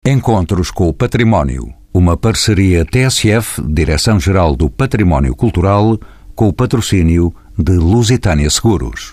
Encontros com o Património, uma parceria TSF, Direção-Geral do Património Cultural, com o patrocínio de Lusitânia Seguros.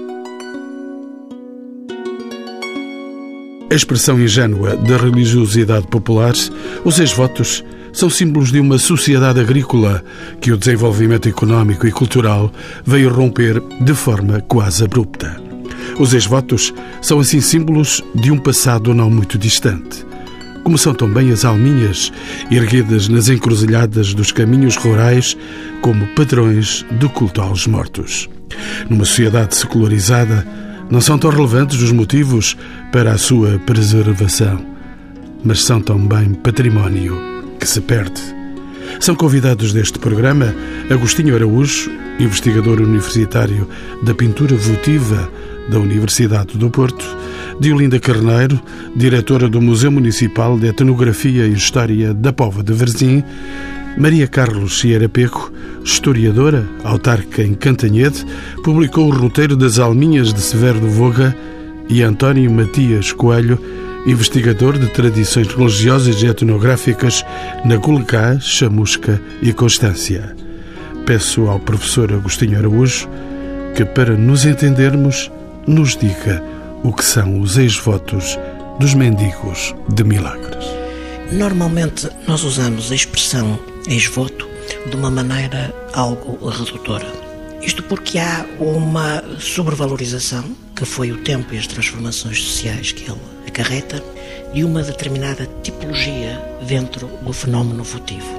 A expressão ingênua da religiosidade popular, os ex-votos, são símbolos de uma sociedade agrícola que o desenvolvimento económico e cultural veio romper de forma quase abrupta. Os ex-votos são assim símbolos de um passado não muito distante, como são também as alminhas, erguidas nas encruzilhadas dos caminhos rurais como padrões do culto aos mortos. Numa sociedade secularizada, não são tão relevantes os motivos para a sua preservação, mas são também património que se perde. São convidados deste programa Agostinho Araújo, investigador universitário da pintura votiva da Universidade do Porto, Diolinda Carneiro, diretora do Museu Municipal de Etnografia e História da Póvoa de Varzim, Maria Carlos Cieira Peco, historiadora, autarca em Cantanhede, publicou o roteiro das Alminhas de Severo do Voga, e António Matias Coelho, investigador de tradições religiosas e etnográficas na Gulgá, Chamusca e Constância. Peço ao professor Agostinho Araújo que, para nos entendermos, nos diga o que são os ex-votos dos mendigos de Milagres. Normalmente nós usamos a expressão ex-voto de uma maneira algo redutora. Isto porque há uma sobrevalorização, que foi o tempo e as transformações sociais que ele acarreta, de uma determinada tipologia dentro do fenómeno votivo.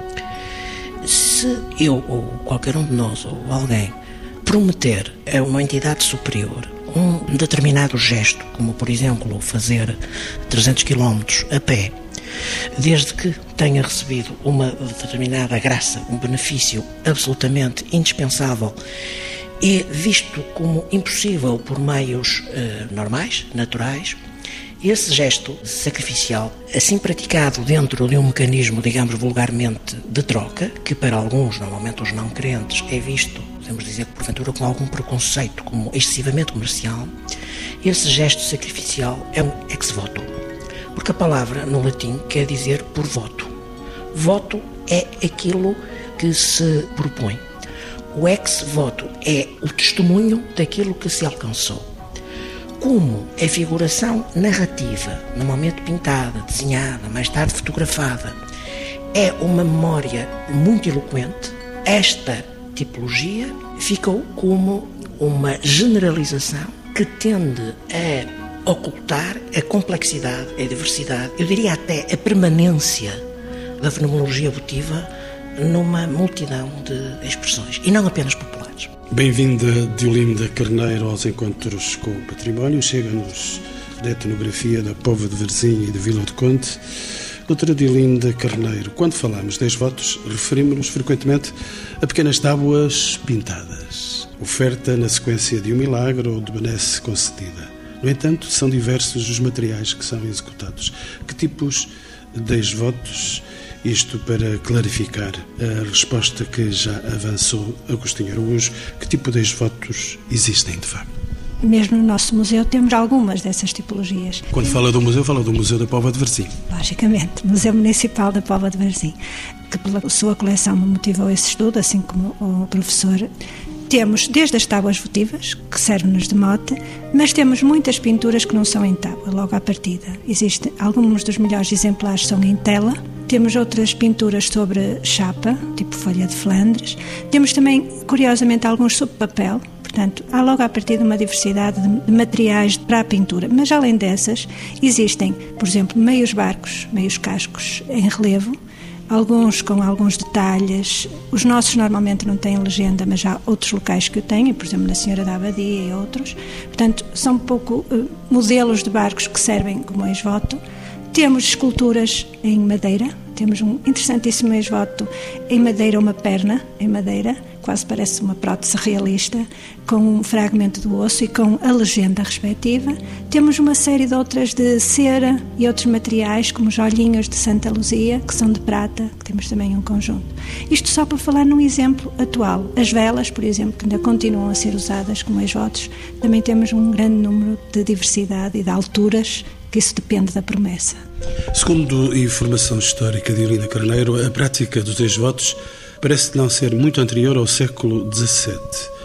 Se eu, ou qualquer um de nós, ou alguém, prometer a uma entidade superior um determinado gesto, como por exemplo fazer 300 km a pé, desde que tenha recebido uma determinada graça, um benefício absolutamente indispensável e visto como impossível por meios normais, naturais, esse gesto sacrificial, assim praticado dentro de um mecanismo, digamos vulgarmente, de troca, que para alguns, normalmente os não crentes, é visto, podemos dizer que porventura com algum preconceito, como excessivamente comercial, esse gesto sacrificial é um ex-voto. Porque a palavra, no latim, quer dizer por voto. Voto é aquilo que se propõe. O ex-voto é o testemunho daquilo que se alcançou. Como a figuração narrativa, normalmente pintada, desenhada, mais tarde fotografada, é uma memória muito eloquente, esta tipologia ficou como uma generalização que tende a ocultar a complexidade, a diversidade, eu diria até a permanência da fenomenologia votiva numa multidão de expressões, e não apenas populares. Bem-vinda, Diolinda Carneiro, aos Encontros com o Património. Chega-nos da etnografia da Póvoa de Varzim e de Vila de Conde. Doutora Diolinda Carneiro, quando falamos de ex-votos, referimos-nos frequentemente a pequenas tábuas pintadas, oferta na sequência de um milagre ou de benesse concedida. No entanto, são diversos os materiais que são executados. Que tipos de ex-votos? Isto para clarificar a resposta que já avançou Agostinho Araújo. Que tipo de ex-votos existem, de facto? Mesmo no nosso museu temos algumas dessas tipologias. Quando fala do Museu da Póvoa de Varzim. Logicamente, Museu Municipal da Póvoa de Varzim, que pela sua coleção me motivou esse estudo, assim como o professor. Temos desde as tábuas votivas, que servem-nos de mote, mas temos muitas pinturas que não são em tábua, logo à partida. Existem alguns dos melhores exemplares são em tela. Temos outras pinturas sobre chapa, tipo folha de Flandres. Temos também, curiosamente, alguns sobre papel. Portanto, há logo à partida uma diversidade de materiais para a pintura. Mas, além dessas, existem, por exemplo, meios barcos, meios cascos em relevo, alguns com alguns detalhes. Os nossos normalmente não têm legenda, mas há outros locais que o têm, por exemplo, na Senhora da Abadia e outros. Portanto, são um pouco modelos de barcos que servem como ex-voto. Temos esculturas em madeira, temos um interessantíssimo ex-voto em madeira, uma perna em madeira, quase parece uma prótese realista, com um fragmento do osso e com a legenda respectiva. Temos uma série de outras de cera e outros materiais, como os olhinhos de Santa Luzia, que são de prata, que temos também um conjunto. Isto só para falar num exemplo atual. As velas, por exemplo, que ainda continuam a ser usadas como ex-votos, também temos um grande número de diversidade e de alturas, que isso depende da promessa. Segundo a informação histórica de Irina Carneiro, a prática dos ex-votos parece não ser muito anterior ao século XVII.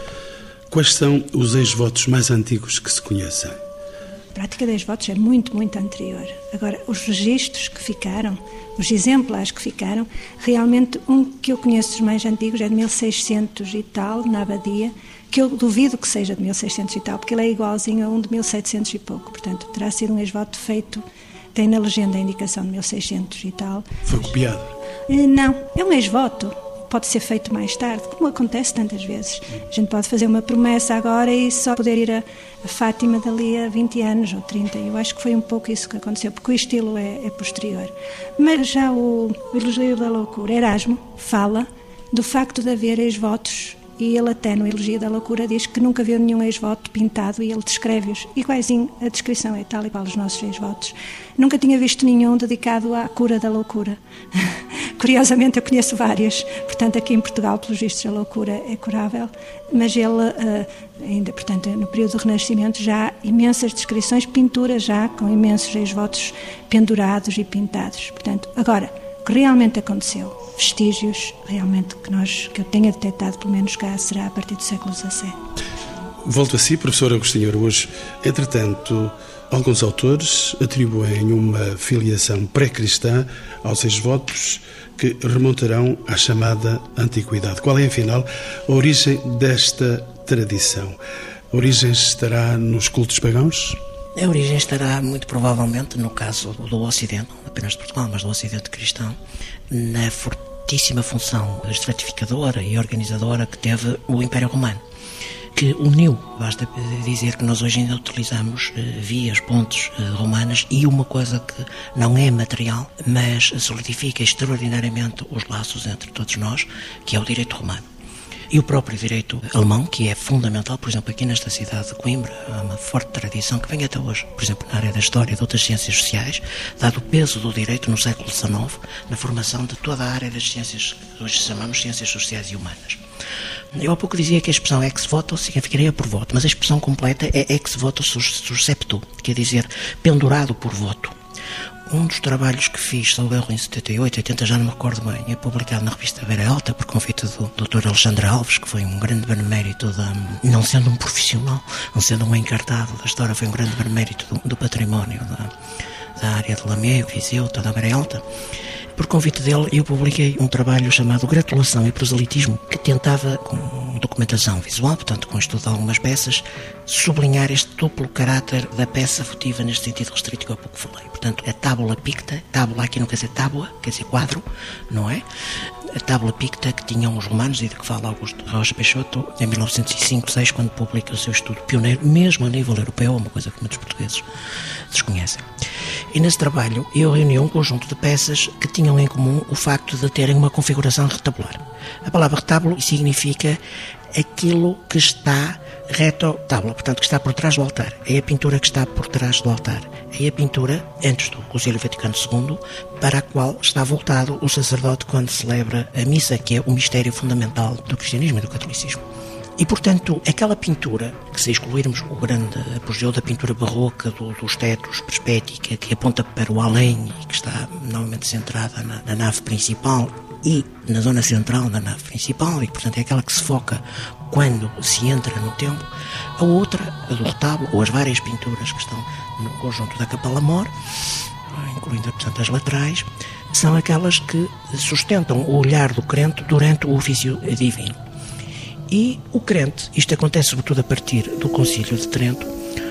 Quais são os ex-votos mais antigos que se conhecem? A prática dos votos é muito, muito anterior. Agora, os registros que ficaram, os exemplares que ficaram, realmente um que eu conheço dos mais antigos é de 1600 e tal, na Abadia, que eu duvido que seja de 1600 e tal, porque ele é igualzinho a um de 1700 e pouco. Portanto, terá sido um ex-voto feito, tem na legenda a indicação de 1600 e tal. Foi copiado? Não, é um ex-voto. Pode ser feito mais tarde, como acontece tantas vezes. A gente pode fazer uma promessa agora e só poder ir a Fátima dali a 20 anos ou 30. Eu acho que foi um pouco isso que aconteceu, porque o estilo é posterior. Mas já o Elogio da Loucura, Erasmo, fala do facto de haver ex-votos, e ele até no Elogio da Loucura diz que nunca viu nenhum ex-voto pintado, e ele descreve-os iguaizinho, a descrição é tal e qual os nossos ex-votos. Nunca tinha visto nenhum dedicado à cura da loucura. Curiosamente eu conheço vários, portanto aqui em Portugal, pelos vistos, a loucura é curável, mas ele, ainda, portanto, no período do Renascimento, já há imensas descrições, pinturas já com imensos ex-votos pendurados e pintados. Portanto, agora, o que realmente aconteceu, vestígios realmente que eu tenha detectado, pelo menos cá, será a partir do século XVII. Volto a si, professor Agostinho Araújo. Entretanto, alguns autores atribuem uma filiação pré-cristã aos ex-votos que remontarão à chamada Antiguidade. Qual é, afinal, a origem desta tradição? A origem estará nos cultos pagãos? A origem estará, muito provavelmente, no caso do Ocidente, não apenas de Portugal, mas do Ocidente cristão, na fortíssima função estratificadora e organizadora que teve o Império Romano, que uniu, basta dizer que nós hoje ainda utilizamos vias, pontes romanas, e uma coisa que não é material, mas solidifica extraordinariamente os laços entre todos nós, que é o direito romano. E o próprio direito alemão, que é fundamental, por exemplo, aqui nesta cidade de Coimbra, há uma forte tradição que vem até hoje, por exemplo, na área da história e de outras ciências sociais, dado o peso do direito no século XIX, na formação de toda a área das ciências, que hoje chamamos ciências sociais e humanas. Eu há pouco dizia que a expressão ex voto significaria por voto, mas a expressão completa é ex voto suscepto, quer dizer, pendurado por voto. Um dos trabalhos que fiz, salvo erro, em 78, 80, já não me recordo bem, é publicado na revista Beira Alta, por convite do Dr. Alexandre Alves, que foi um grande benemérito, não sendo um profissional, não sendo um encartado da história, foi um grande benemérito do património da área de Lamego, Viseu, toda a Beira Alta. Por convite dele, eu publiquei um trabalho chamado Gratulação e Proselitismo, que tentava, com documentação visual, portanto com estudo de algumas peças, sublinhar este duplo caráter da peça votiva neste sentido restrito que eu há pouco falei. Portanto, a tábula picta, tábula aqui não quer dizer tábua, quer dizer quadro, não é? A tábula picta que tinham os romanos e de que fala Augusto Rocha Peixoto em 1905-6, quando publica o seu estudo pioneiro, mesmo a nível europeu, uma coisa que muitos portugueses desconhecem. E nesse trabalho eu reuni um conjunto de peças que tinham em comum o facto de terem uma configuração retabular. A palavra retábulo significa aquilo que está reto-tábula, portanto que está por trás do altar. É a pintura que está por trás do altar. É a pintura, antes do Concílio Vaticano II, para a qual está voltado o sacerdote quando celebra a missa, que é o mistério fundamental do cristianismo e do catolicismo. E, portanto, aquela pintura, que se excluirmos o grande apogeu da pintura barroca, dos tetos, perspética, que aponta para o além e que está normalmente centrada na nave principal e na zona central da nave principal, e, portanto, é aquela que se foca quando se entra no templo, a outra, a do retábulo, ou as várias pinturas que estão no conjunto da Capela Mor, incluindo, portanto, as laterais, são aquelas que sustentam o olhar do crente durante o ofício divino. E o crente, isto acontece sobretudo a partir do Concílio de Trento,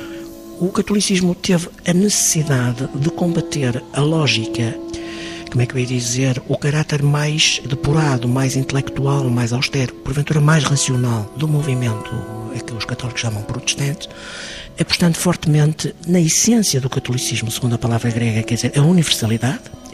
o catolicismo teve a necessidade de combater a lógica, como é que eu ia dizer, o caráter mais depurado, mais intelectual, mais austero, porventura mais racional do movimento que os católicos chamam protestante, apostando fortemente na essência do catolicismo, segundo a palavra grega, quer dizer, a universalidade,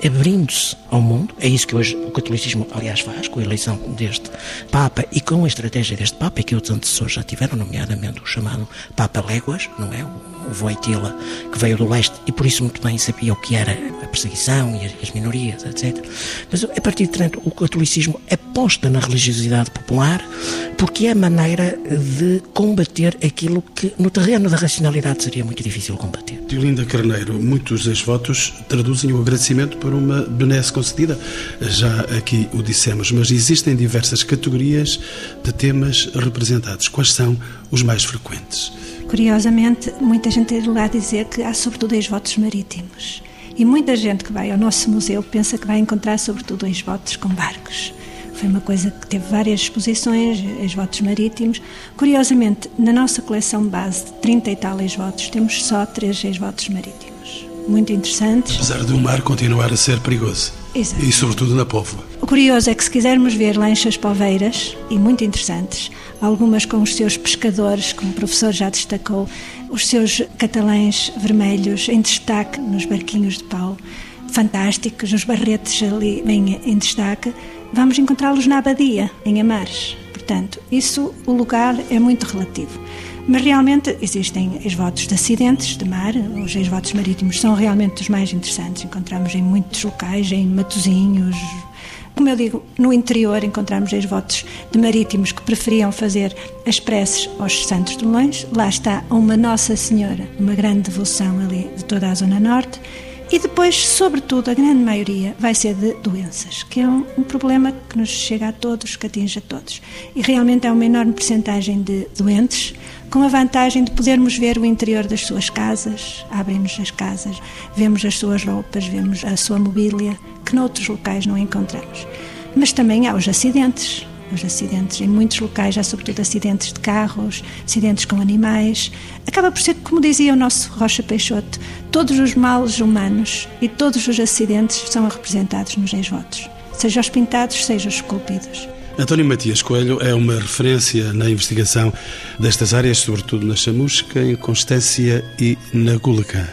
abrindo-se ao mundo. É isso que hoje o catolicismo, aliás, faz, com a eleição deste Papa e com a estratégia deste Papa, e que outros antecessores já tiveram, nomeadamente o chamado Papa Léguas, não é? O Wojtyla, que veio do leste e por isso muito bem sabia o que era a perseguição e as minorias, etc. Mas a partir de Trento, o catolicismo aposta na religiosidade popular porque é a maneira de combater aquilo que no terreno da racionalidade seria muito difícil combater. Diolinda Carneiro, muitos ex-votos traduzem o agradecimento por uma benesse concedida. Já aqui o dissemos, mas existem diversas categorias de temas representados. Quais são os mais frequentes? Curiosamente, muita gente irá dizer que há sobretudo ex-votos marítimos. E muita gente que vai ao nosso museu pensa que vai encontrar sobretudo ex-votos com barcos. Foi uma coisa que teve várias exposições, ex-votos marítimos. Curiosamente, na nossa coleção base de 30 e tal ex-votos, temos só 3 ex-votos marítimos. Muito interessantes. Apesar do mar continuar a ser perigoso. Exato. E sobretudo na Póvoa. O curioso é que se quisermos ver lanchas poveiras, e muito interessantes, algumas com os seus pescadores, como o professor já destacou, os seus catalães vermelhos em destaque nos barquinhos de pau, fantásticos, os barretes ali bem em destaque, vamos encontrá-los na abadia, em Amares. Portanto, isso, o lugar é muito relativo. Mas realmente existem ex-votos de acidentes de mar, os ex-votos marítimos são realmente os mais interessantes, encontramos em muitos locais, em Matosinhos. Como eu digo, no interior encontramos ex-votos de marítimos que preferiam fazer as preces aos Santos de Longe. Lá está uma Nossa Senhora, uma grande devoção ali de toda a Zona Norte. E depois, sobretudo, a grande maioria vai ser de doenças, que é um problema que nos chega a todos, que atinge a todos. E realmente há uma enorme percentagem de doentes, com a vantagem de podermos ver o interior das suas casas, abrem-nos as casas, vemos as suas roupas, vemos a sua mobília, que noutros locais não encontramos. Mas também há os acidentes. Os acidentes em muitos locais, há sobretudo acidentes de carros, acidentes com animais. Acaba por ser, como dizia o nosso Rocha Peixoto, todos os males humanos e todos os acidentes são representados nos ex-votos, seja os pintados, seja os esculpidos. António Matias Coelho é uma referência na investigação destas áreas, sobretudo na chamusca, em Constância e na Gulacã.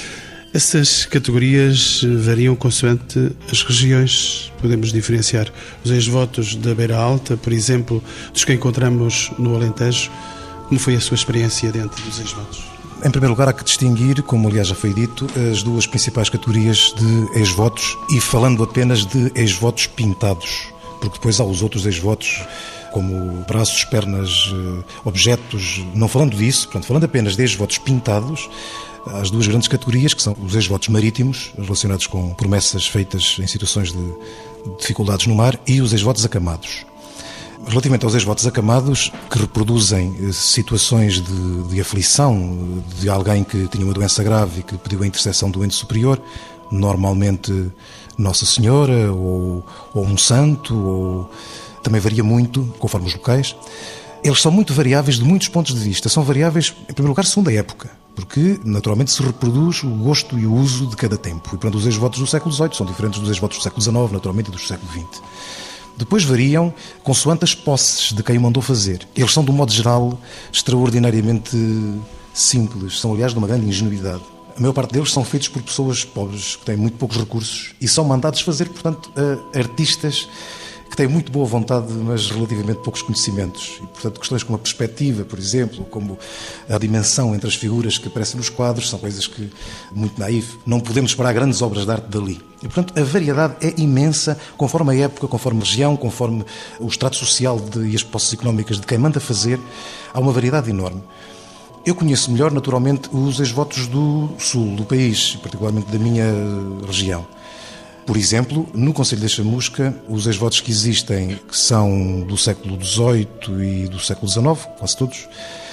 Essas categorias variam consoante as regiões. Podemos diferenciar os ex-votos da Beira Alta, por exemplo, dos que encontramos no Alentejo. Como foi a sua experiência dentro dos ex-votos? Em primeiro lugar, há que distinguir, como aliás já foi dito, as duas principais categorias de ex-votos e falando apenas de ex-votos pintados, porque depois há os outros ex-votos, como braços, pernas, objetos, não falando disso, portanto, falando apenas de ex-votos pintados, há as duas grandes categorias, que são os ex-votos marítimos, relacionados com promessas feitas em situações de dificuldades no mar, e os ex-votos acamados. Relativamente aos ex-votos acamados, que reproduzem situações de aflição de alguém que tinha uma doença grave e que pediu a intercessão do ente superior, normalmente Nossa Senhora ou um santo, ou também varia muito conforme os locais. Eles são muito variáveis de muitos pontos de vista. São variáveis, em primeiro lugar, segundo a época, porque naturalmente se reproduz o gosto e o uso de cada tempo. E, portanto, os ex-votos do século XVIII são diferentes dos ex-votos do século XIX, naturalmente, e dos do século XX. Depois variam consoante as posses de quem o mandou fazer. Eles são, de um modo geral, extraordinariamente simples. São, aliás, de uma grande ingenuidade. A maior parte deles são feitos por pessoas pobres, que têm muito poucos recursos, e são mandados fazer, portanto, a artistas que têm muito boa vontade, mas relativamente poucos conhecimentos. E, portanto, questões como a perspectiva, por exemplo, como a dimensão entre as figuras que aparecem nos quadros, são coisas que, muito naif, não podemos esperar grandes obras de arte dali. E, portanto, a variedade é imensa, conforme a época, conforme a região, conforme o estrato social e as posses económicas de quem manda fazer, há uma variedade enorme. Eu conheço melhor, naturalmente, os ex-votos do sul do país, particularmente da minha região. Por exemplo, no Concelho da Chamusca, os ex-votos que existem, que são do século XVIII e do século XIX, quase todos,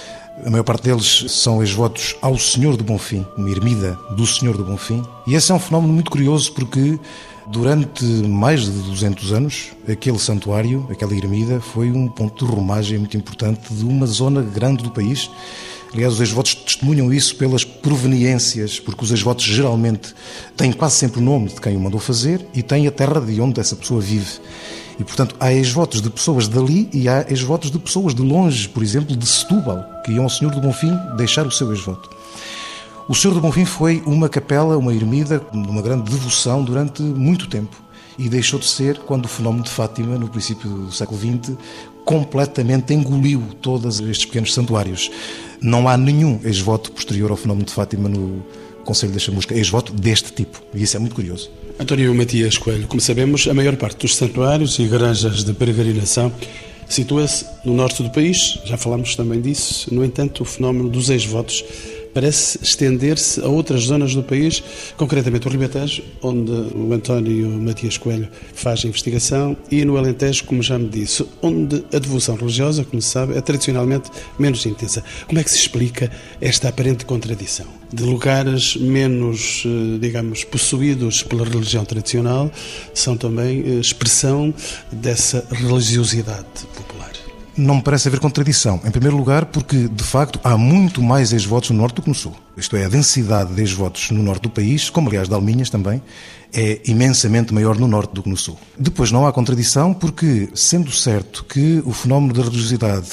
a maior parte deles são ex-votos ao Senhor do Bonfim, uma ermida do Senhor do Bonfim. E esse é um fenómeno muito curioso porque durante mais de 200 anos, aquele santuário, aquela ermida, foi um ponto de romagem muito importante de uma zona grande do país. Aliás, os ex-votos testemunham isso pelas proveniências, porque os ex-votos geralmente têm quase sempre o nome de quem o mandou fazer e têm a terra de onde essa pessoa vive. E, portanto, há ex-votos de pessoas dali e há ex-votos de pessoas de longe, por exemplo, de Setúbal, que iam ao Senhor do Bonfim deixar o seu ex-voto. O Senhor do Bonfim foi uma capela, uma ermida, de uma grande devoção durante muito tempo. E deixou de ser quando o fenómeno de Fátima, no princípio do século XX, completamente engoliu todos estes pequenos santuários. Não há nenhum ex-voto posterior ao fenómeno de Fátima no Conselho da Chamusca, ex-voto deste tipo. E isso é muito curioso. António Matias Coelho, como sabemos, a maior parte dos santuários e igrejas de peregrinação situa-se no norte do país. Já falámos também disso. No entanto, o fenómeno dos ex-votos parece estender-se a outras zonas do país, concretamente o Ribatejo, onde o António Matias Coelho faz a investigação, e no Alentejo, como já me disse, onde a devoção religiosa, como se sabe, é tradicionalmente menos intensa. Como é que se explica esta aparente contradição? De lugares menos, digamos, possuídos pela religião tradicional, são também expressão dessa religiosidade popular. Não me parece haver contradição. Em primeiro lugar, porque, de facto, há muito mais ex-votos no norte do que no sul. Isto é, a densidade de ex-votos no norte do país, como aliás de Alminhas também, é imensamente maior no norte do que no sul. Depois, não há contradição porque, sendo certo que o fenómeno da religiosidade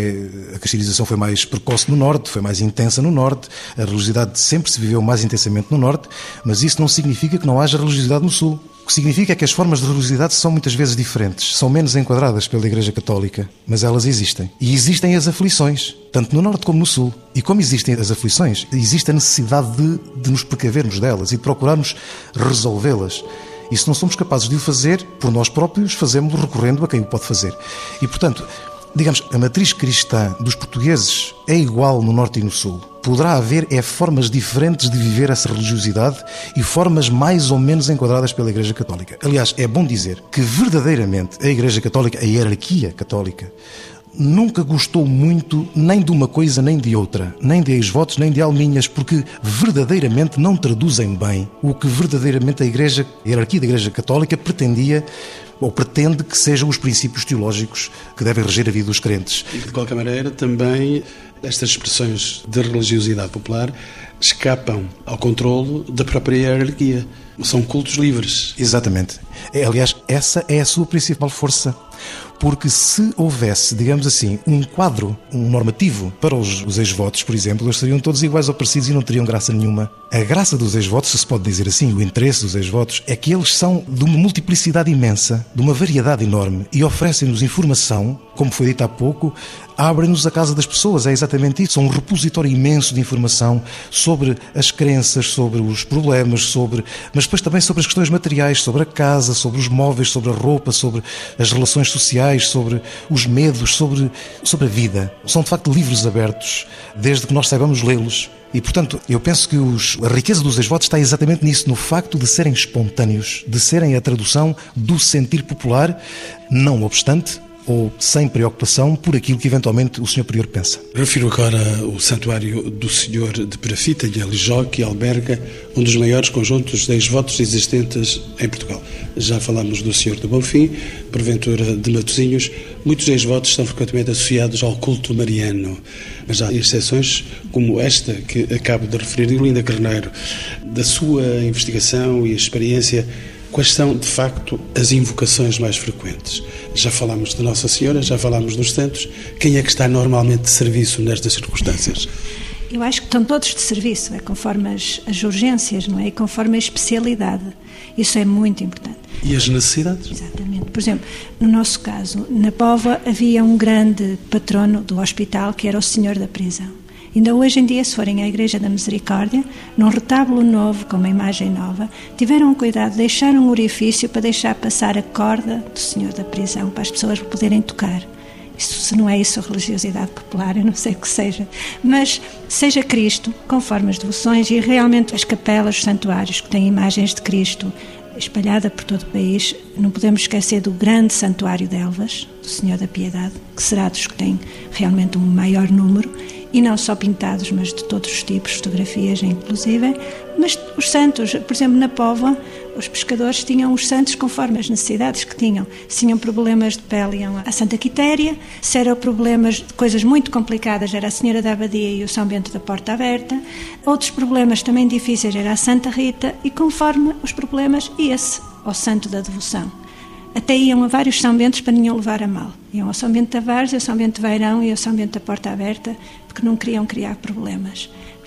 a cristianização foi mais precoce no norte, foi mais intensa no norte, a religiosidade sempre se viveu mais intensamente no norte, mas isso não significa que não haja religiosidade no sul. O que significa é que as formas de religiosidade são muitas vezes diferentes, são menos enquadradas pela Igreja Católica, mas elas existem. E existem as aflições, tanto no norte como no sul. E como existem as aflições, existe a necessidade de nos precavermos delas e de procurarmos resolvê-las. E se não somos capazes de o fazer por nós próprios, fazemos-lo recorrendo a quem o pode fazer. E, portanto, digamos, a matriz cristã dos portugueses é igual no norte e no sul. Poderá haver formas diferentes de viver essa religiosidade e formas mais ou menos enquadradas pela Igreja Católica. Aliás, é bom dizer que verdadeiramente a Igreja Católica, a hierarquia católica, nunca gostou muito nem de uma coisa nem de outra, nem de ex-votos nem de Alminhas, porque verdadeiramente não traduzem bem o que verdadeiramente a hierarquia da Igreja Católica pretendia ou pretende que sejam os princípios teológicos que devem reger a vida dos crentes. E, de qualquer maneira, também estas expressões de religiosidade popular escapam ao controlo da própria hierarquia. São cultos livres. Exatamente. Aliás, essa é a sua principal força. Porque se houvesse, digamos assim, um quadro, um normativo para os ex-votos, por exemplo, eles seriam todos iguais ou parecidos e não teriam graça nenhuma. A graça dos ex-votos, se se pode dizer assim, o interesse dos ex-votos, é que eles são de uma multiplicidade imensa, de uma variedade enorme e oferecem-nos informação, como foi dito há pouco, abrem-nos a casa das pessoas, é exatamente isso. São um repositório imenso de informação sobre as crenças, sobre os problemas, mas depois também sobre as questões materiais, sobre a casa, sobre os móveis, sobre a roupa, sobre as relações sociais, sobre os medos, sobre a vida. São de facto livros abertos, desde que nós saibamos lê-los. E, portanto, eu penso que a riqueza dos ex-votos está exatamente nisso, no facto de serem espontâneos, de serem a tradução do sentir popular, não obstante, ou sem preocupação por aquilo que eventualmente o Senhor Prior pensa. Refiro agora o Santuário do Senhor de Perafita, em Alijó, que alberga um dos maiores conjuntos de ex-votos existentes em Portugal. Já falámos do Senhor do Bonfim, porventura de Matosinhos. Muitos ex-votos estão frequentemente associados ao culto mariano, mas há exceções como esta que acabo de referir. Irlinda Carneiro, da sua investigação e experiência, quais são, de facto, as invocações mais frequentes? Já falámos de Nossa Senhora, já falámos dos santos. Quem é que está normalmente de serviço nestas circunstâncias? Eu acho que estão todos de serviço, conforme as urgências, não é? E conforme a especialidade. Isso é muito importante. E as necessidades? Exatamente. Por exemplo, no nosso caso, na Póvoa havia um grande patrono do hospital que era o Senhor da Prisão. Ainda hoje em dia, se forem à Igreja da Misericórdia, num retábulo novo, com uma imagem nova, tiveram cuidado, deixaram um orifício para deixar passar a corda do Senhor da Prisão, para as pessoas poderem tocar. Se não é isso a religiosidade popular, eu não sei o que seja. Mas seja Cristo, conforme as devoções, e realmente as capelas, os santuários que têm imagens de Cristo espalhada por todo o país, não podemos esquecer do grande santuário de Elvas, do Senhor da Piedade, que será dos que têm realmente um maior número, e não só pintados, mas de todos os tipos, fotografias inclusive. Mas os santos, por exemplo, na Póvoa, os pescadores tinham os santos conforme as necessidades que tinham. Se tinham problemas de pele, iam à Santa Quitéria. Se eram problemas de coisas muito complicadas, era a Senhora da Abadia e o São Bento da Porta Aberta. Outros problemas também difíceis era a Santa Rita, e conforme os problemas, ia-se ao santo da devoção. Até iam a vários São Bentos para nenhum levar a mal. Iam ao São Bento de Tavares, ao São Bento de Veirão e ao São Bento da Porta Aberta, porque não queriam criar problemas.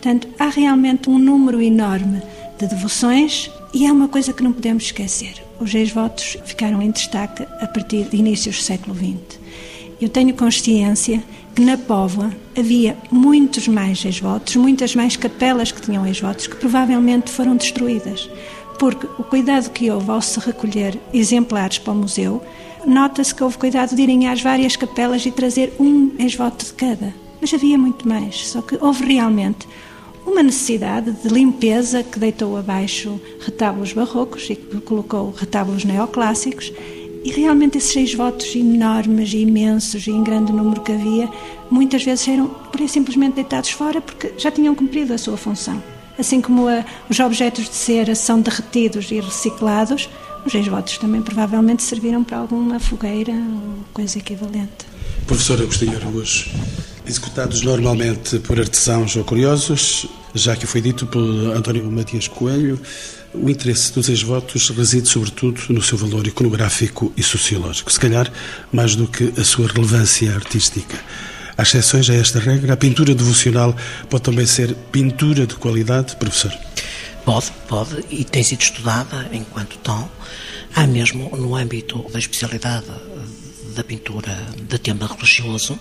Portanto, há realmente um número enorme de devoções e é uma coisa que não podemos esquecer. Os ex-votos ficaram em destaque a partir de inícios do século XX. Eu tenho consciência que na Póvoa havia muitos mais ex-votos, muitas mais capelas que tinham ex-votos que provavelmente foram destruídas, porque o cuidado que houve ao se recolher exemplares para o museu, nota-se que houve cuidado de irem às várias capelas e trazer um ex-voto de cada. Mas havia muito mais, só que houve realmente uma necessidade de limpeza que deitou abaixo retábulos barrocos e que colocou retábulos neoclássicos. E realmente esses ex-votos enormes e imensos e em grande número que havia, muitas vezes eram por aí simplesmente deitados fora porque já tinham cumprido a sua função. Assim como os objetos de cera são derretidos e reciclados, os ex-votos também provavelmente serviram para alguma fogueira ou coisa equivalente. Professor Agostinho Araújo, executados normalmente por artesãos ou curiosos, já que foi dito por António Matias Coelho, o interesse dos ex-votos reside sobretudo no seu valor iconográfico e sociológico, se calhar mais do que a sua relevância artística. Há exceções a esta regra? A pintura devocional pode também ser pintura de qualidade, professor? Pode, e tem sido estudada enquanto tal. Há mesmo, no âmbito da especialidade da pintura de tema religioso,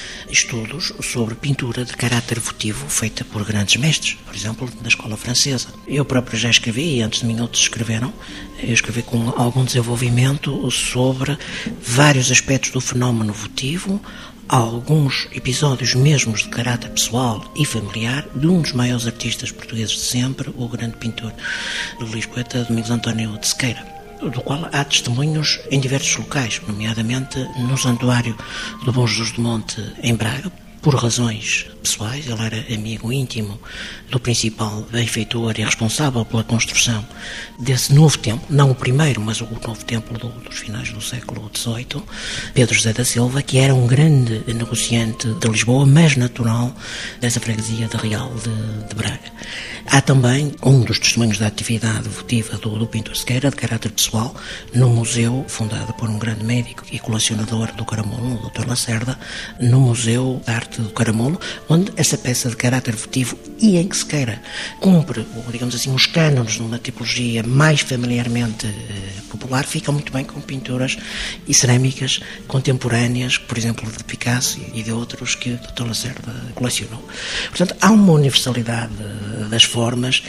estudos sobre pintura de caráter votivo feita por grandes mestres, por exemplo, da escola francesa. Eu próprio já escrevi, e antes de mim outros escreveram, eu escrevi com algum desenvolvimento sobre vários aspectos do fenómeno votivo, alguns episódios mesmos de caráter pessoal e familiar de um dos maiores artistas portugueses de sempre, o grande pintor Luís Poeta, Domingos António de Sequeira, do qual há testemunhos em diversos locais, nomeadamente no Santuário do Bom Jesus do Monte, em Braga, por razões pessoais. Ele era amigo íntimo do principal benfeitor e responsável pela construção desse novo templo, não o primeiro, mas o novo templo dos finais do século XVIII, Pedro José da Silva, que era um grande negociante de Lisboa, mas natural dessa freguesia de Real de Braga. Há também um dos testemunhos da atividade votiva do pintor Sequeira, de caráter pessoal, no museu fundado por um grande médico e colecionador do caramulo, o Dr. Lacerda, no Museu de Arte do Caramulo, onde essa peça de caráter votivo e em que Sequeira cumpre, digamos assim, os cânones de uma tipologia mais familiarmente popular, fica muito bem com pinturas e cerâmicas contemporâneas, por exemplo, de Picasso e de outros que o Dr. Lacerda colecionou. Portanto, há uma universalidade das formas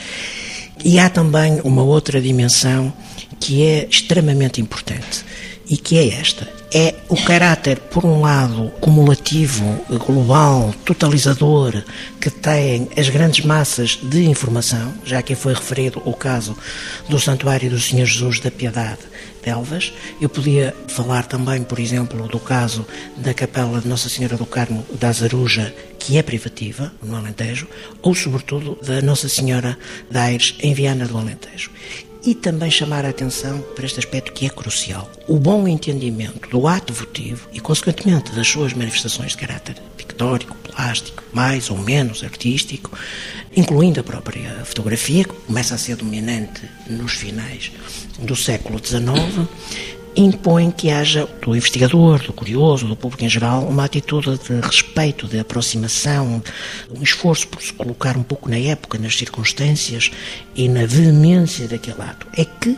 e há também uma outra dimensão que é extremamente importante e que é esta. É o caráter, por um lado, cumulativo, global, totalizador, que têm as grandes massas de informação, já aqui foi referido o caso do Santuário do Senhor Jesus da Piedade de Elvas. Eu podia falar também, por exemplo, do caso da Capela de Nossa Senhora do Carmo da Azaruja, que é privativa, no Alentejo, ou, sobretudo, da Nossa Senhora de Aires, em Viana do Alentejo. E também chamar a atenção para este aspecto que é crucial. O bom entendimento do ato votivo e, consequentemente, das suas manifestações de caráter pictórico, plástico, mais ou menos artístico, incluindo a própria fotografia, que começa a ser dominante nos finais do século XIX, impõe que haja do investigador, do curioso, do público em geral, uma atitude de respeito, de aproximação, um esforço por se colocar um pouco na época, nas circunstâncias e na veemência daquele ato. É que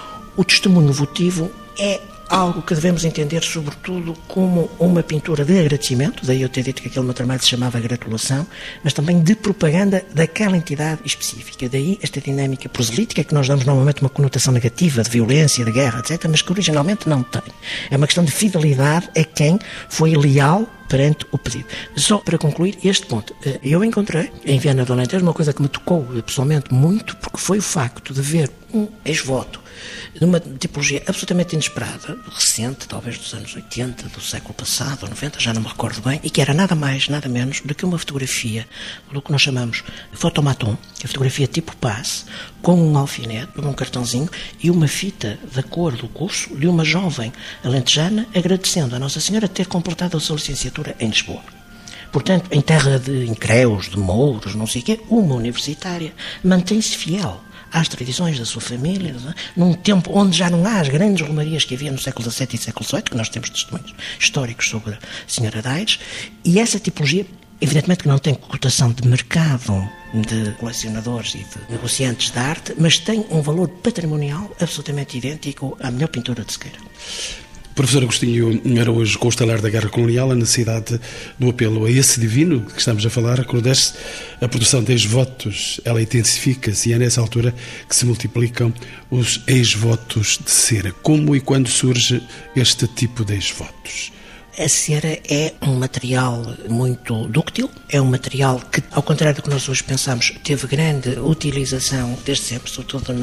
o testemunho votivo é algo que devemos entender sobretudo como uma pintura de agradecimento, daí eu ter dito que aquele meu trabalho se chamava gratulação, mas também de propaganda daquela entidade específica. Daí esta dinâmica proselítica, que nós damos normalmente uma conotação negativa de violência, de guerra, etc., mas que originalmente não tem. É uma questão de fidelidade a quem foi leal perante o pedido. Só para concluir este ponto, eu encontrei em Viana do Alentejo uma coisa que me tocou pessoalmente muito, porque foi o facto de ver um ex-voto numa tipologia absolutamente inesperada, recente, talvez dos anos 80, do século passado, ou 90, já não me recordo bem, e que era nada mais, nada menos do que uma fotografia do que nós chamamos fotomaton, que é a fotografia tipo passe, com um alfinete, um cartãozinho e uma fita da cor do curso de uma jovem alentejana agradecendo a Nossa Senhora ter completado a sua licenciatura em Lisboa. Portanto, em terra de incréus, de mouros, não sei o quê, uma universitária mantém-se fiel às tradições da sua família, num tempo onde já não há as grandes romarias que havia no século XVII e século XVIII, que nós temos testemunhos históricos sobre a Senhora de Aires, e essa tipologia Evidentemente que não tem cotação de mercado de colecionadores e de negociantes de arte, mas tem um valor patrimonial absolutamente idêntico à melhor pintura de Sequeira. Professor Agostinho Araújo, com o estalar da Guerra Colonial, a necessidade do apelo a esse divino que estamos a falar, recrudesce a produção de ex-votos, ela intensifica-se e é nessa altura que se multiplicam os ex-votos de cera. Como e quando surge este tipo de ex-votos? A cera é um material muito dúctil, é um material que, ao contrário do que nós hoje pensamos, teve grande utilização desde sempre, sobretudo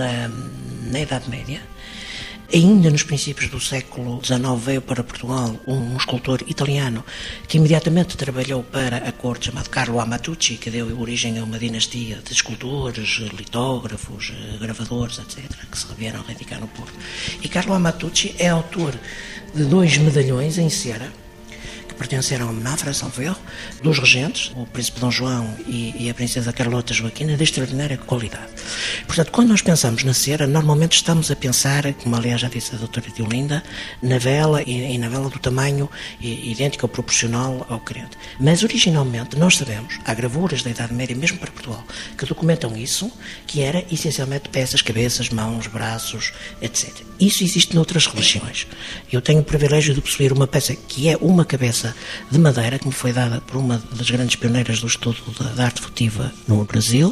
na Idade Média. Ainda nos princípios do século XIX veio para Portugal um escultor italiano que imediatamente trabalhou para a corte, chamado Carlo Amatuzzi, que deu origem a uma dinastia de escultores, litógrafos, gravadores, etc., que se vieram radicar no Porto. E Carlo Amatuzzi é autor de 2 medalhões em cera, pertenceram a Mafra, salvo erro, dos regentes, o príncipe Dom João e a princesa Carlota Joaquina, de extraordinária qualidade. Portanto, quando nós pensamos na cera, normalmente estamos a pensar, como aliás já disse a doutora Diolinda, na vela e na vela do tamanho idêntico ou proporcional ao querente. Mas originalmente nós sabemos, há gravuras da Idade Média, mesmo para Portugal, que documentam isso, que era essencialmente peças, cabeças, mãos, braços, etc. Isso existe noutras religiões. Eu tenho o privilégio de possuir uma peça que é uma cabeça de madeira, que me foi dada por uma das grandes pioneiras do estudo da arte votiva no Brasil,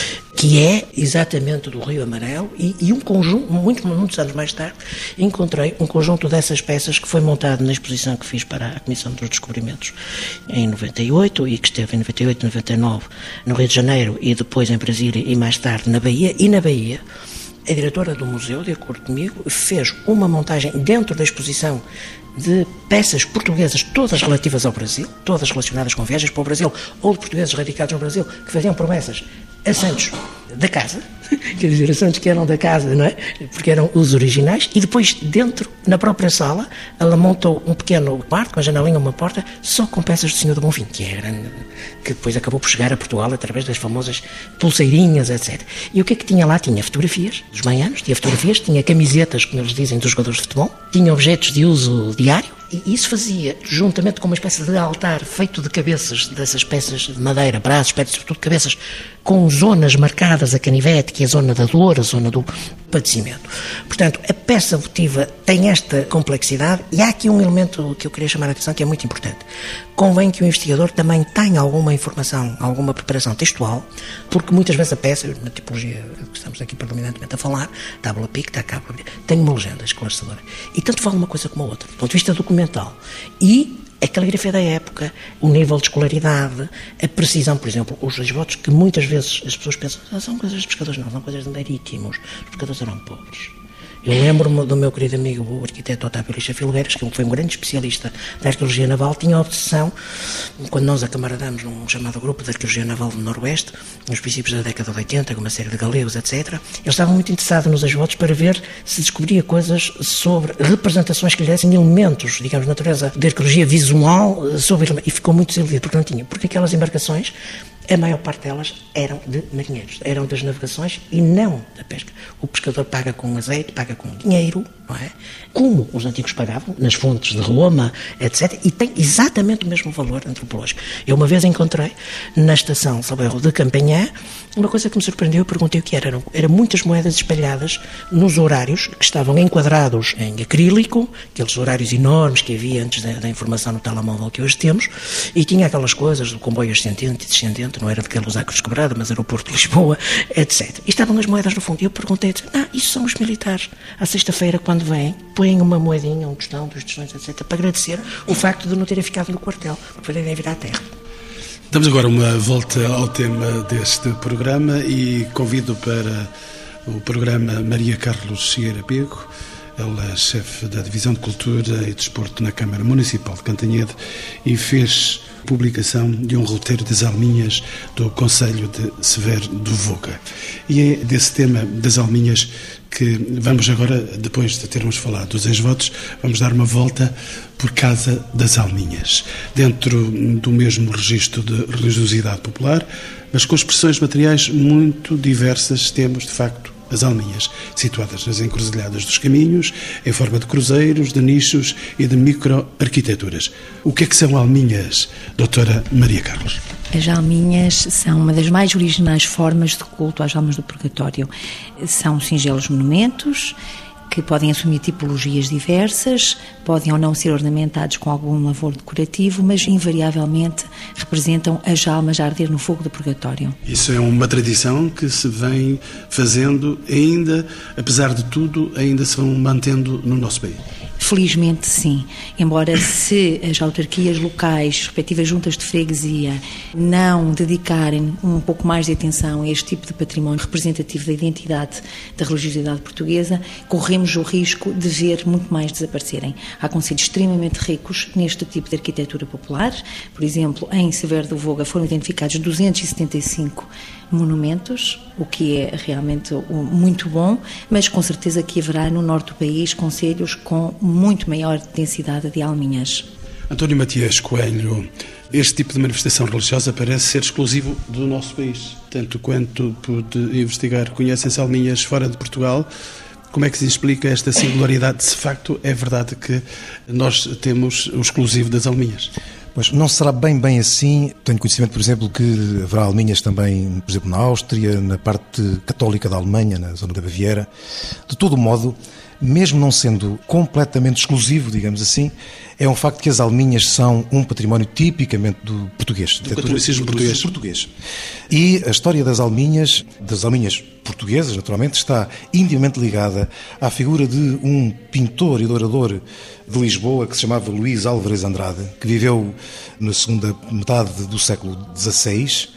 que é exatamente do Rio Amarelo, e um conjunto, muitos anos mais tarde, encontrei um conjunto dessas peças que foi montado na exposição que fiz para a Comissão dos Descobrimentos em 98, e que esteve em 98 e 99 no Rio de Janeiro, e depois em Brasília, e mais tarde na Bahia. E na Bahia, a diretora do museu, de acordo comigo, fez uma montagem dentro da exposição de peças portuguesas, todas relativas ao Brasil, todas relacionadas com viagens para o Brasil, ou de portugueses radicados no Brasil, que faziam promessas a santos da casa, quer dizer, a santos que eram da casa, não é? Porque eram os originais, e depois dentro, na própria sala, ela montou um pequeno quarto, com a janelinha, uma porta, só com peças do Senhor do Bonfim, que é grande, que depois acabou por chegar a Portugal através das famosas pulseirinhas, etc. E o que é que tinha lá? Tinha fotografias dos baianos, tinha fotografias, tinha camisetas, como eles dizem, dos jogadores de futebol, tinha objetos de uso diário, e isso fazia, juntamente com uma espécie de altar feito de cabeças, dessas peças de madeira, braços, pés, sobretudo cabeças, com zonas marcadas a canivete, que é a zona da dor, a zona do padecimento. Portanto, a peça votiva tem esta complexidade, e há aqui um elemento que eu queria chamar a atenção, que é muito importante. Convém que o investigador também tenha alguma informação, alguma preparação textual, porque muitas vezes a peça, na tipologia que estamos aqui predominantemente a falar, tábua picta, cábula, tem uma legenda esclarecedora. E tanto vale uma coisa como a outra, do ponto de vista documental. E a caligrafia da época, o nível de escolaridade, a precisão, por exemplo, os esboços que muitas vezes as pessoas pensam, são coisas de pescadores, não, são coisas de marítimos, os pescadores eram pobres. Eu lembro-me do meu querido amigo, o arquiteto Otávio Lixa Filgueiras, que foi um grande especialista da arqueologia naval, tinha a obsessão, quando nós acamaradamos num chamado grupo de arqueologia naval do Noroeste, nos princípios da década de 80, com uma série de galegos, etc., eles estavam muito interessados nos esboços para ver se descobria coisas sobre representações que lhe dessem elementos, digamos, de natureza de arqueologia visual, e ficou muito desiludido, porque não tinha, porque aquelas embarcações, a maior parte delas eram de marinheiros, eram das navegações e não da pesca. O pescador paga com azeite, paga com dinheiro, não é? Como os antigos pagavam, nas fontes de Roma, etc. E tem exatamente o mesmo valor antropológico. Eu uma vez encontrei, na estação Salberro de Campanhã, uma coisa que me surpreendeu, eu perguntei o que era. Eram muitas moedas espalhadas nos horários, que estavam enquadrados em acrílico, aqueles horários enormes que havia antes da informação no telemóvel que hoje temos, e tinha aquelas coisas do comboio ascendente e descendente, não era de Carlos Acres Quebrada, mas era o Porto de Lisboa, etc. E estavam as moedas no fundo. E eu perguntei, isso são os militares. À sexta-feira, quando vêm, põem uma moedinha, um tostão, 2 tostões, etc., para agradecer o facto de não terem ficado no quartel, para poderem vir à terra. Damos agora uma volta ao tema deste programa e convido para o programa Maria Carlos Cieira Pego. Ela é chefe da Divisão de Cultura e Desporto na Câmara Municipal de Cantanhede e fez publicação de um roteiro das alminhas do Concelho de Severo do Voga. E é desse tema das alminhas que vamos agora, depois de termos falado dos ex-votos, vamos dar uma volta por Casa das Alminhas, dentro do mesmo registro de religiosidade popular, mas com expressões materiais muito diversas. Temos, de facto, as alminhas, situadas nas encruzilhadas dos caminhos, em forma de cruzeiros, de nichos e de micro-arquiteturas. O que é que são alminhas, doutora Maria Carlos? As alminhas são uma das mais originais formas de culto às almas do purgatório. São singelos monumentos que podem assumir tipologias diversas, podem ou não ser ornamentados com algum lavor decorativo, mas invariavelmente representam as almas a arder no fogo do purgatório. Isso é uma tradição que se vem fazendo ainda, apesar de tudo, ainda se vão mantendo no nosso país. Felizmente sim, embora se as autarquias locais, respectivas juntas de freguesia, não dedicarem um pouco mais de atenção a este tipo de património representativo da identidade da religiosidade portuguesa, corremos o risco de ver muito mais desaparecerem. Há concelhos extremamente ricos neste tipo de arquitetura popular. Por exemplo, em Severo do Voga foram identificados 275 monumentos, o que é realmente muito bom, mas com certeza que haverá no norte do país concelhos com muito maior densidade de alminhas. António Matias Coelho, este tipo de manifestação religiosa parece ser exclusivo do nosso país. Tanto quanto pude investigar, conhecem-se alminhas fora de Portugal. Como é que se explica esta singularidade? Se de facto é verdade que nós temos o exclusivo das alminhas? Mas não será bem assim. Tenho conhecimento, por exemplo, que haverá alminhas também, por exemplo, na Áustria, na parte católica da Alemanha, na zona da Baviera. De todo modo, mesmo não sendo completamente exclusivo, digamos assim, é um facto que as alminhas são um património tipicamente do português. Do catolicismo português. E a história das alminhas portuguesas, naturalmente, está intimamente ligada à figura de um pintor e dourador de Lisboa que se chamava Luís Álvares Andrade, que viveu na segunda metade do século XVI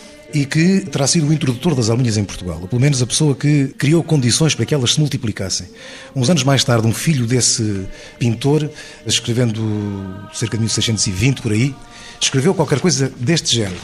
e que terá sido o introdutor das alminhas em Portugal, ou pelo menos a pessoa que criou condições para que elas se multiplicassem. Uns anos mais tarde, um filho desse pintor, escrevendo cerca de 1620 por aí, escreveu qualquer coisa deste género.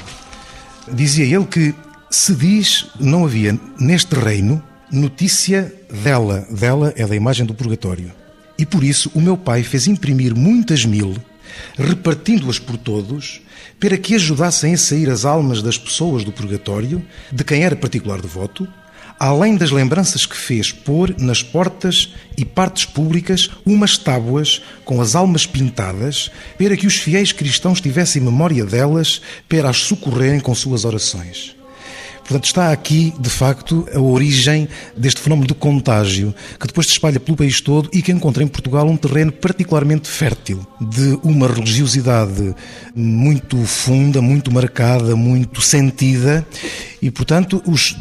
Dizia ele que se diz não havia neste reino notícia dela é da imagem do purgatório. E por isso o meu pai fez imprimir muitas mil, repartindo-as por todos, para que ajudassem a sair as almas das pessoas do purgatório, de quem era particular devoto, além das lembranças que fez pôr nas portas e partes públicas umas tábuas com as almas pintadas, para que os fiéis cristãos tivessem memória delas, para as socorrerem com suas orações. Portanto, está aqui, de facto, a origem deste fenómeno de contágio, que depois se espalha pelo país todo e que encontra em Portugal um terreno particularmente fértil, de uma religiosidade muito funda, muito marcada, muito sentida. E, portanto, os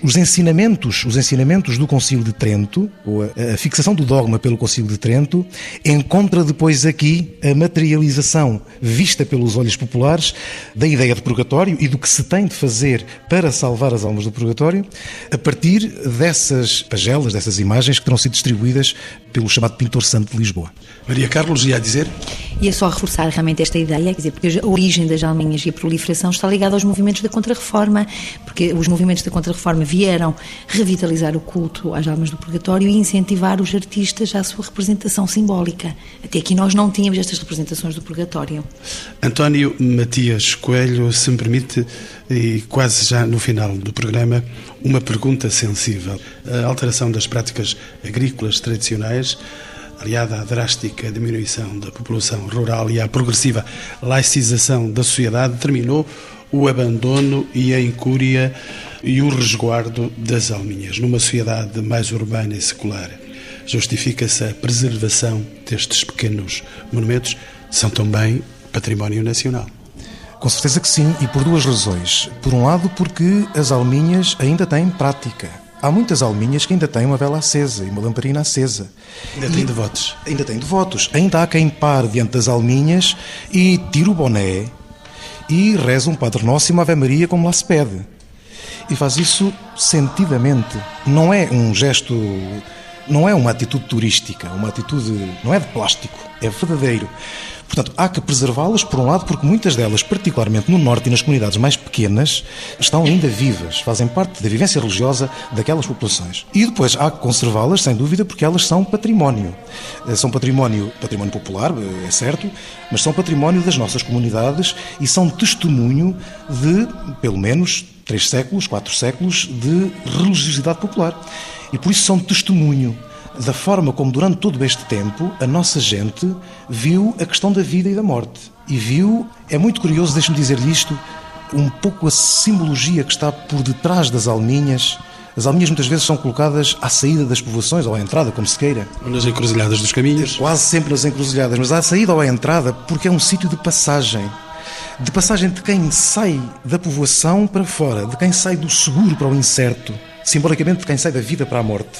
ensinamentos do Concílio de Trento, ou a fixação do dogma pelo Concílio de Trento, encontra depois aqui a materialização vista pelos olhos populares da ideia de purgatório e do que se tem de fazer para salvar as almas do purgatório, a partir dessas pagelas, dessas imagens que terão sido distribuídas pelo chamado pintor santo de Lisboa. Maria Carlos, ia dizer? E é só reforçar realmente esta ideia, quer dizer, porque a origem das alminhas e a proliferação está ligada aos movimentos da Contra-Reforma, porque os movimentos da Contra-Reforma vieram revitalizar o culto às almas do purgatório e incentivar os artistas à sua representação simbólica. Até aqui nós não tínhamos estas representações do purgatório. António Matias Coelho, se me permite, e quase já no final do programa, uma pergunta sensível. A alteração das práticas agrícolas tradicionais, aliada à drástica diminuição da população rural e à progressiva laicização da sociedade, determinou o abandono e a incúria e o resguardo das alminhas. Numa sociedade mais urbana e secular, justifica-se a preservação destes pequenos monumentos, são também património nacional. Com certeza que sim, e por duas razões. Por um lado, porque as alminhas ainda têm prática. Há muitas alminhas que ainda têm uma vela acesa e uma lamparina acesa. Ainda têm devotos. Ainda têm devotos. Ainda há quem pare diante das alminhas e tire o boné e reza um Padre Nosso e uma Ave Maria como lá se pede. E faz isso sentidamente. Não é um gesto, não é uma atitude turística, uma atitude, não é de plástico, é verdadeiro. Portanto, há que preservá-las, por um lado, porque muitas delas, particularmente no norte e nas comunidades mais pequenas, estão ainda vivas, fazem parte da vivência religiosa daquelas populações. E depois há que conservá-las, sem dúvida, porque elas são património. São património popular, é certo, mas são património das nossas comunidades e são testemunho de, pelo menos, 3 séculos, 4 séculos de religiosidade popular. E por isso são testemunho da forma como durante todo este tempo a nossa gente viu a questão da vida e da morte. E viu, é muito curioso, deixe-me dizer-lhe isto, um pouco a simbologia que está por detrás das alminhas. As alminhas muitas vezes são colocadas à saída das povoações ou à entrada, como se queira. Ou nas encruzilhadas dos caminhos. Quase sempre nas encruzilhadas, mas à saída ou à entrada, porque é um sítio de passagem. De passagem de quem sai da povoação para fora, de quem sai do seguro para o incerto, simbolicamente de quem sai da vida para a morte.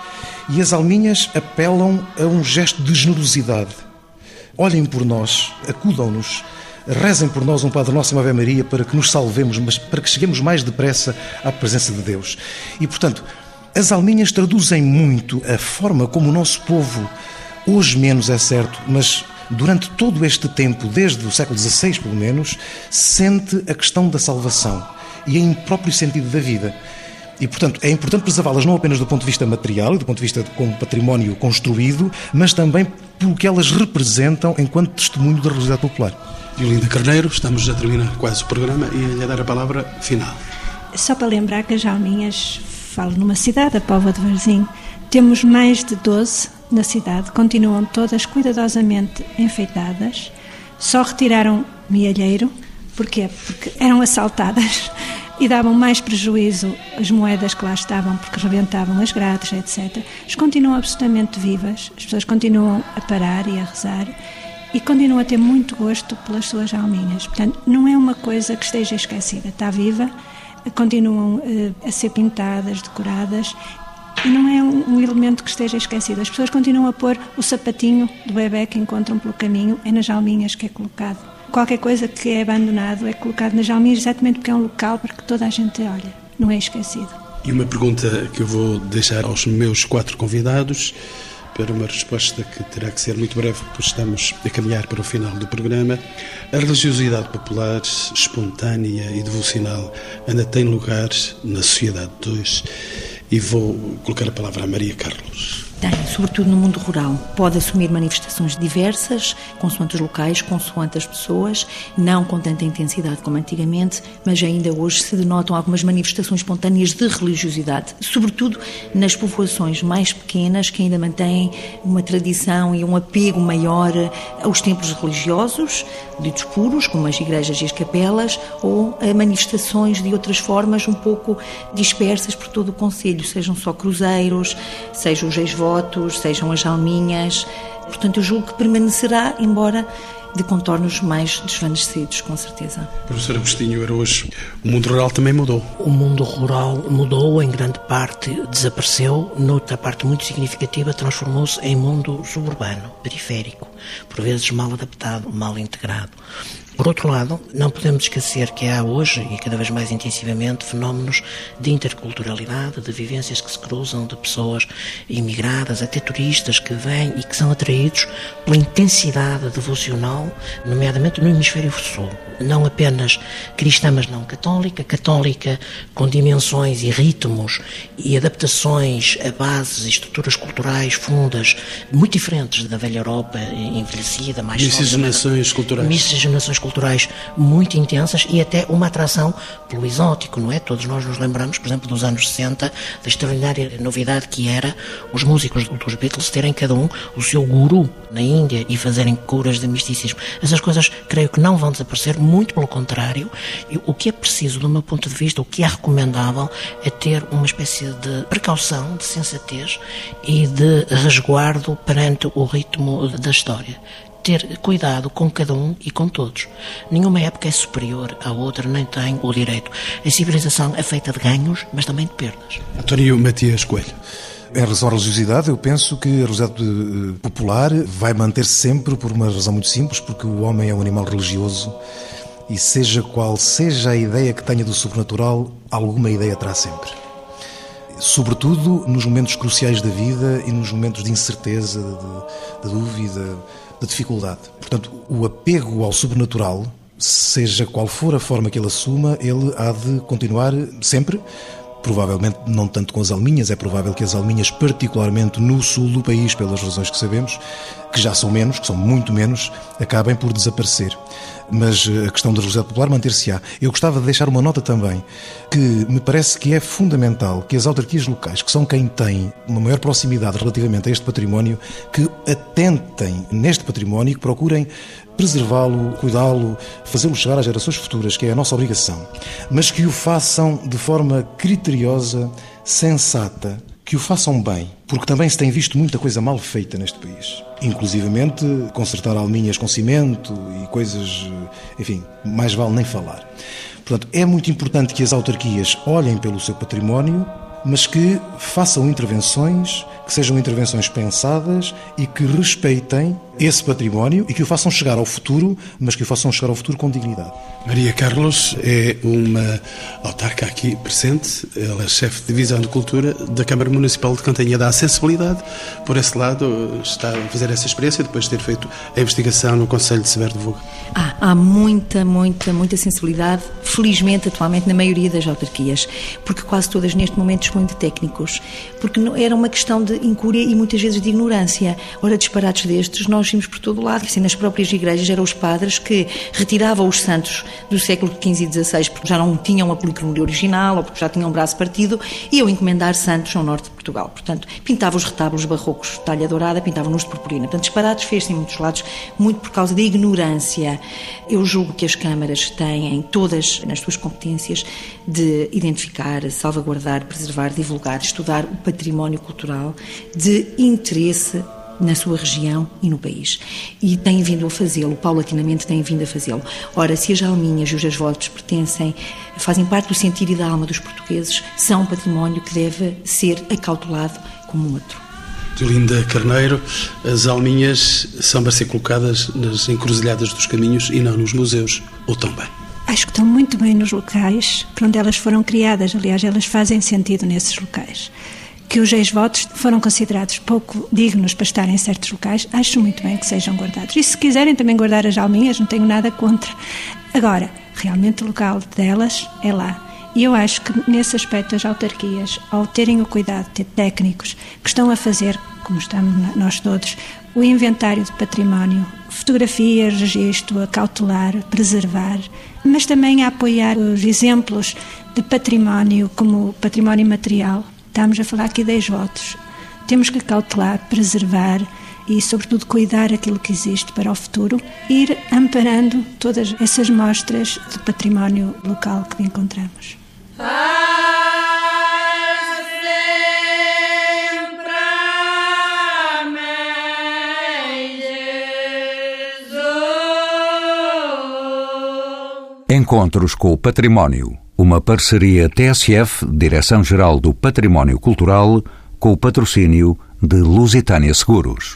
E as alminhas apelam a um gesto de generosidade. Olhem por nós, acudam-nos, rezem por nós um Padre Nosso e uma Ave Maria para que nos salvemos, mas para que cheguemos mais depressa à presença de Deus. E, portanto, as alminhas traduzem muito a forma como o nosso povo, hoje menos é certo, mas durante todo este tempo, desde o século XVI pelo menos, sente a questão da salvação e em próprio sentido da vida. E, portanto, é importante preservá-las não apenas do ponto de vista material e do ponto de vista como património construído, mas também pelo que elas representam enquanto testemunho da realidade popular. Olinda Carneiro, estamos a terminar quase o programa e a dar a palavra final. Só para lembrar que as alminhas, falo numa cidade, a Póvoa de Varzim, temos mais de 12 na cidade, continuam todas cuidadosamente enfeitadas, só retiraram milheiro. Porquê? Porque eram assaltadas e davam mais prejuízo as moedas que lá estavam, porque rebentavam as grades, etc. Mas continuam absolutamente vivas, as pessoas continuam a parar e a rezar e continuam a ter muito gosto pelas suas alminhas. Portanto, não é uma coisa que esteja esquecida, está viva, continuam a ser pintadas, decoradas, e não é um elemento que esteja esquecido. As pessoas continuam a pôr o sapatinho do bebê que encontram pelo caminho, é nas alminhas que é colocado. Qualquer coisa que é abandonado é colocado nas alminhas exatamente porque é um local para que toda a gente olhe, não é esquecido. E uma pergunta que eu vou deixar aos meus 4 convidados para uma resposta que terá que ser muito breve, pois estamos a caminhar para o final do programa. A religiosidade popular, espontânea e devocional ainda tem lugar na sociedade de hoje? E vou colocar a palavra a Maria Carlos. Tem, sobretudo no mundo rural. Pode assumir manifestações diversas, consoante os locais, consoante as pessoas, não com tanta intensidade como antigamente, mas ainda hoje se denotam algumas manifestações espontâneas de religiosidade, sobretudo nas povoações mais pequenas, que ainda mantêm uma tradição e um apego maior aos templos religiosos, ditos puros, como as igrejas e as capelas, ou a manifestações de outras formas um pouco dispersas por todo o concelho, sejam só cruzeiros, sejam os ex-votos, sejam as alminhas. Portanto, eu julgo que permanecerá, embora de contornos mais desvanecidos, com certeza. Professor Agostinho Araújo, o mundo rural também mudou. O mundo rural mudou, em grande parte desapareceu, noutra parte muito significativa transformou-se em mundo suburbano, periférico, por vezes mal adaptado, mal integrado. Por outro lado, não podemos esquecer que há hoje, e cada vez mais intensivamente, fenómenos de interculturalidade, de vivências que se cruzam, de pessoas imigradas, até turistas que vêm e que são atraídos pela intensidade devocional, nomeadamente no hemisfério sul. Não apenas cristã, mas não católica, católica com dimensões e ritmos e adaptações a bases e estruturas culturais fundas muito diferentes da velha Europa envelhecida, mais miscigenações culturais. Miscigenações culturais muito intensas e até uma atração pelo exótico, não é? Todos nós nos lembramos, por exemplo, dos anos 60, da extraordinária novidade que era os músicos dos Beatles terem cada um o seu guru na Índia e fazerem curas de misticismo. Essas coisas creio que não vão desaparecer, muito pelo contrário. E o que é preciso, do meu ponto de vista, o que é recomendável é ter uma espécie de precaução, de sensatez e de resguardo perante o ritmo da história. Ter cuidado com cada um e com todos. Nenhuma época é superior à outra, nem tem o direito. A civilização é feita de ganhos, mas também de perdas. António Matias Coelho. Em relação à religiosidade, eu penso que a religiosidade popular vai manter-se sempre por uma razão muito simples, porque o homem é um animal religioso e seja qual seja a ideia que tenha do sobrenatural, alguma ideia terá sempre. Sobretudo nos momentos cruciais da vida e nos momentos de incerteza, de dúvida, de dificuldade. Portanto, o apego ao sobrenatural, seja qual for a forma que ele assuma, ele há de continuar sempre. Provavelmente não tanto com as alminhas, é provável que as alminhas, particularmente no sul do país, pelas razões que sabemos, que já são menos, que são muito menos, acabem por desaparecer. Mas a questão da religiosidade popular manter-se-á. Eu gostava de deixar uma nota também, que me parece que é fundamental que as autarquias locais, que são quem tem uma maior proximidade relativamente a este património, que atentem neste património e que procurem preservá-lo, cuidá-lo, fazê-lo chegar às gerações futuras, que é a nossa obrigação, mas que o façam de forma criteriosa, sensata, que o façam bem, porque também se tem visto muita coisa mal feita neste país. Inclusivamente consertar alminhas com cimento e coisas, enfim, mais vale nem falar. Portanto, é muito importante que as autarquias olhem pelo seu património, mas que façam intervenções, que sejam intervenções pensadas e que respeitem esse património e que o façam chegar ao futuro, mas que o façam chegar ao futuro com dignidade. Maria Carlos é uma autarca aqui presente, ela é chefe de divisão de cultura da Câmara Municipal de Cantanhede. A sensibilidade, por esse lado, está a fazer essa experiência depois de ter feito a investigação no Conselho de Severo de Voga. Há muita sensibilidade, felizmente, atualmente, na maioria das autarquias, porque quase todas neste momento dispõem de técnicos, porque era uma questão de incúria e muitas vezes de ignorância. Ora, disparates destes, nós vimos por todo lado. Assim, nas próprias igrejas eram os padres que retiravam os santos do século XV e XVI porque já não tinham a policromia original ou porque já tinham um braço partido e iam encomendar santos ao norte de Portugal. Portanto, pintavam os retábulos barrocos de talha dourada, pintavam-nos de purpurina. Portanto, disparates fez-se em muitos lados, muito por causa da ignorância. Eu julgo que as câmaras têm todas nas suas competências de identificar, salvaguardar, preservar, divulgar, estudar o património cultural de interesse na sua região e no país. E têm vindo a fazê-lo, paulatinamente têm vindo a fazê-lo. Ora, se as alminhas e os asvotos fazem parte do sentir e da alma dos portugueses, são um património que deve ser acautelado como outro. Deolinda Carneiro, as alminhas são para ser colocadas nas encruzilhadas dos caminhos e não nos museus, ou tão bem? Acho que estão muito bem nos locais para onde elas foram criadas. Aliás, elas fazem sentido nesses locais. Que os ex-votos foram considerados pouco dignos para estar em certos locais, acho muito bem que sejam guardados. E se quiserem também guardar as alminhas, não tenho nada contra. Agora, realmente o local delas é lá. E eu acho que nesse aspecto as autarquias, ao terem o cuidado de ter técnicos que estão a fazer, como estamos nós todos, o inventário de património, fotografias, registro, a cautelar, preservar, mas também a apoiar os exemplos de património como património material. Estamos a falar aqui de ex-votos. Temos que cautelar, preservar e, sobretudo, cuidar aquilo que existe para o futuro, ir amparando todas essas mostras de património local que encontramos. Encontros com o Património. Uma parceria TSF, Direção-Geral do Património Cultural, com o patrocínio de Lusitânia Seguros.